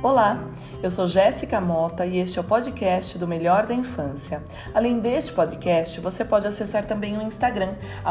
Olá, eu sou Jéssica Mota e este é o podcast do Melhor da Infância. Além deste podcast, você pode acessar também o Instagram,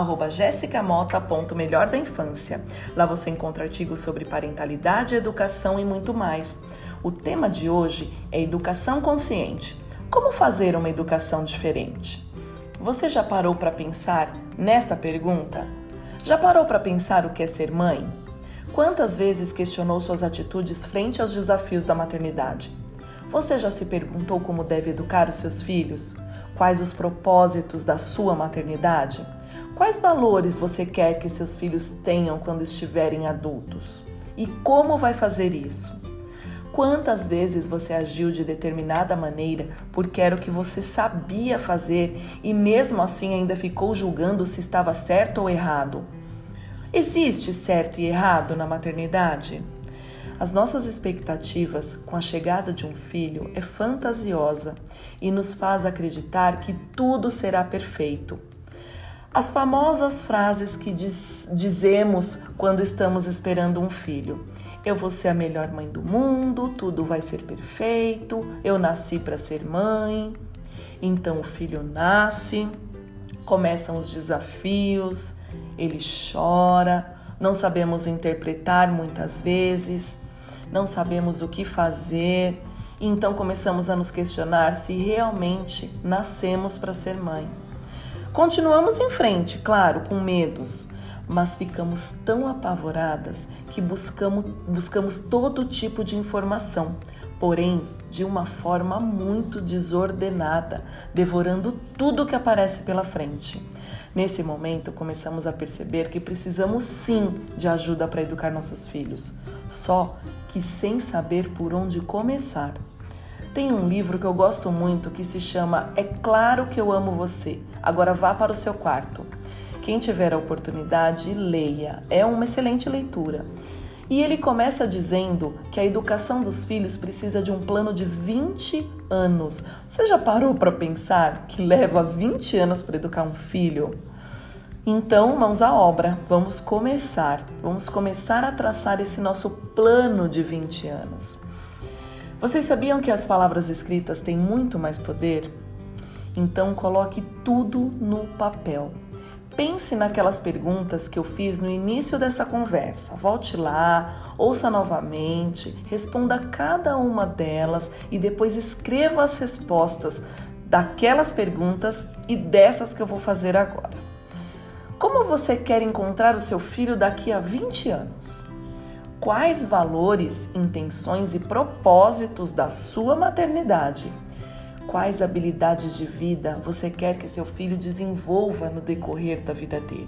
@jessicamota.melhordainfância. Lá você encontra artigos sobre parentalidade, educação e muito mais. O tema de hoje é educação consciente. Como fazer uma educação diferente? Você já parou para pensar nesta pergunta? Já parou para pensar o que é ser mãe? Quantas vezes questionou suas atitudes frente aos desafios da maternidade? Você já se perguntou como deve educar os seus filhos? Quais os propósitos da sua maternidade? Quais valores você quer que seus filhos tenham quando estiverem adultos? E como vai fazer isso? Quantas vezes você agiu de determinada maneira porque era o que você sabia fazer e mesmo assim ainda ficou julgando se estava certo ou errado? Existe certo e errado na maternidade? As nossas expectativas com a chegada de um filho é fantasiosa e nos faz acreditar que tudo será perfeito. As famosas frases que dizemos quando estamos esperando um filho. Eu vou ser a melhor mãe do mundo, tudo vai ser perfeito, eu nasci para ser mãe. Então o filho nasce, começam os desafios, ele chora, não sabemos interpretar muitas vezes, não sabemos o que fazer, e então começamos a nos questionar se realmente nascemos para ser mãe. Continuamos em frente, claro, com medos, mas ficamos tão apavoradas que buscamos todo tipo de informação, porém de uma forma muito desordenada, devorando tudo que aparece pela frente. Nesse momento, começamos a perceber que precisamos sim de ajuda para educar nossos filhos, só que sem saber por onde começar. Tem um livro que eu gosto muito que se chama É Claro que Eu Amo Você, agora vá para o seu quarto. Quem tiver a oportunidade, leia, é uma excelente leitura. E ele começa dizendo que a educação dos filhos precisa de um plano de 20 anos. Você já parou para pensar que leva 20 anos para educar um filho? Então, mãos à obra, vamos começar a traçar esse nosso plano de 20 anos. Vocês sabiam que as palavras escritas têm muito mais poder? Então, coloque tudo no papel. Pense naquelas perguntas que eu fiz no início dessa conversa. Volte lá, ouça novamente, responda cada uma delas e depois escreva as respostas daquelas perguntas e dessas que eu vou fazer agora. Como você quer encontrar o seu filho daqui a 20 anos? Quais valores, intenções e propósitos da sua maternidade? Quais habilidades de vida você quer que seu filho desenvolva no decorrer da vida dele?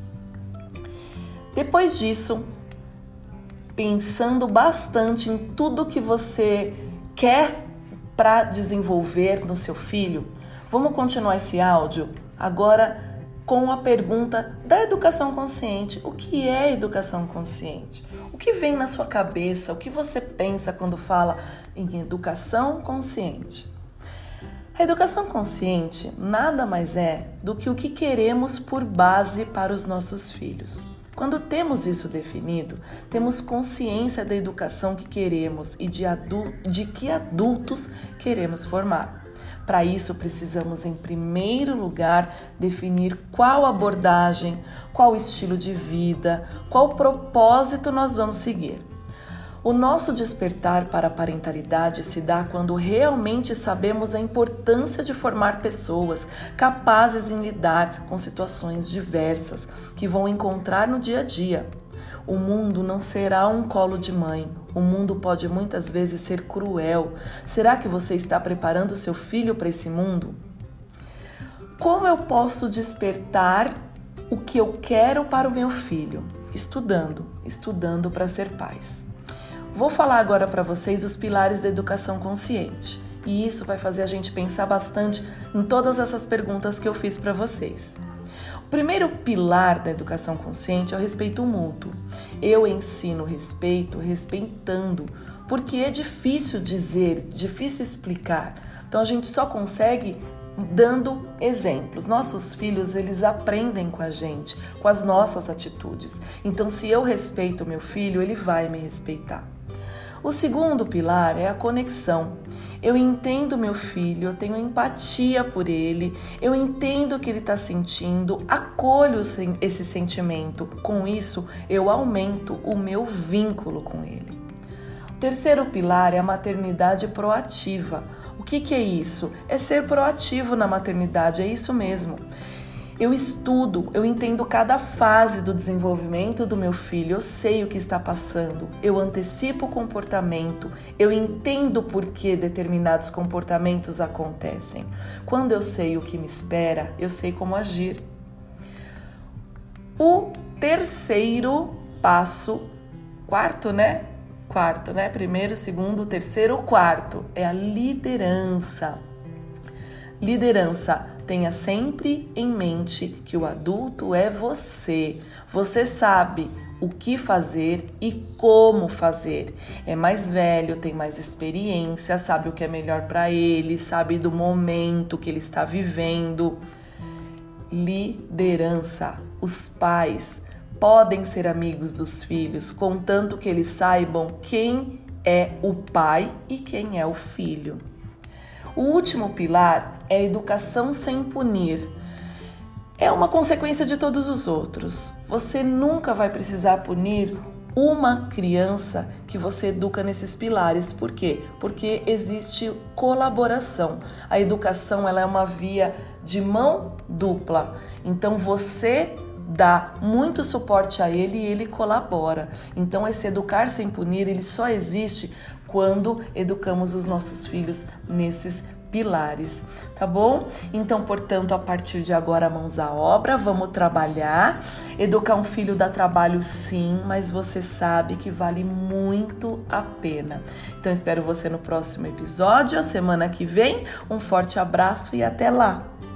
Depois disso, pensando bastante em tudo que você quer para desenvolver no seu filho, vamos continuar esse áudio agora com a pergunta da educação consciente. O que é educação consciente? O que vem na sua cabeça? O que você pensa quando fala em educação consciente? A educação consciente nada mais é do que o que queremos por base para os nossos filhos. Quando temos isso definido, temos consciência da educação que queremos e de que adultos queremos formar. Para isso, precisamos, em primeiro lugar, definir qual abordagem, qual estilo de vida, qual propósito nós vamos seguir. O nosso despertar para a parentalidade se dá quando realmente sabemos a importância de formar pessoas capazes em lidar com situações diversas que vão encontrar no dia a dia. O mundo não será um colo de mãe. O mundo pode muitas vezes ser cruel. Será que você está preparando seu filho para esse mundo? Como eu posso despertar o que eu quero para o meu filho? Estudando para ser pais. Vou falar agora para vocês os pilares da educação consciente. E isso vai fazer a gente pensar bastante em todas essas perguntas que eu fiz para vocês. O primeiro pilar da educação consciente é o respeito mútuo. Eu ensino respeito respeitando, porque é difícil dizer, difícil explicar. Então a gente só consegue dando exemplos. Nossos filhos, eles aprendem com a gente, com as nossas atitudes. Então, se eu respeito o meu filho, ele vai me respeitar. O segundo pilar é a conexão. Eu entendo meu filho, eu tenho empatia por ele, eu entendo o que ele está sentindo, acolho esse sentimento. Com isso, eu aumento o meu vínculo com ele. O terceiro pilar é a maternidade proativa. O que é isso? É ser proativo na maternidade, é isso mesmo. Eu estudo, eu entendo cada fase do desenvolvimento do meu filho, eu sei o que está passando, eu antecipo o comportamento, eu entendo por que determinados comportamentos acontecem. Quando eu sei o que me espera, eu sei como agir. O terceiro passo, quarto, né? Primeiro, segundo, terceiro, quarto, é a liderança. Liderança. Tenha sempre em mente que o adulto é você. Você sabe o que fazer e como fazer. É mais velho, tem mais experiência, sabe o que é melhor para ele, sabe do momento que ele está vivendo. Liderança. Os pais podem ser amigos dos filhos, contanto que eles saibam quem é o pai e quem é o filho. O último pilar é a educação sem punir. É uma consequência de todos os outros. Você nunca vai precisar punir uma criança que você educa nesses pilares. Por quê? Porque existe colaboração. A educação ela é uma via de mão dupla. Então você dá muito suporte a ele e ele colabora. Então esse educar sem punir, ele só existe quando educamos os nossos filhos nesses pilares, tá bom? Então, portanto, a partir de agora, mãos à obra, vamos trabalhar. Educar um filho dá trabalho sim, mas você sabe que vale muito a pena. Então, espero você no próximo episódio, a semana que vem. Um forte abraço e até lá!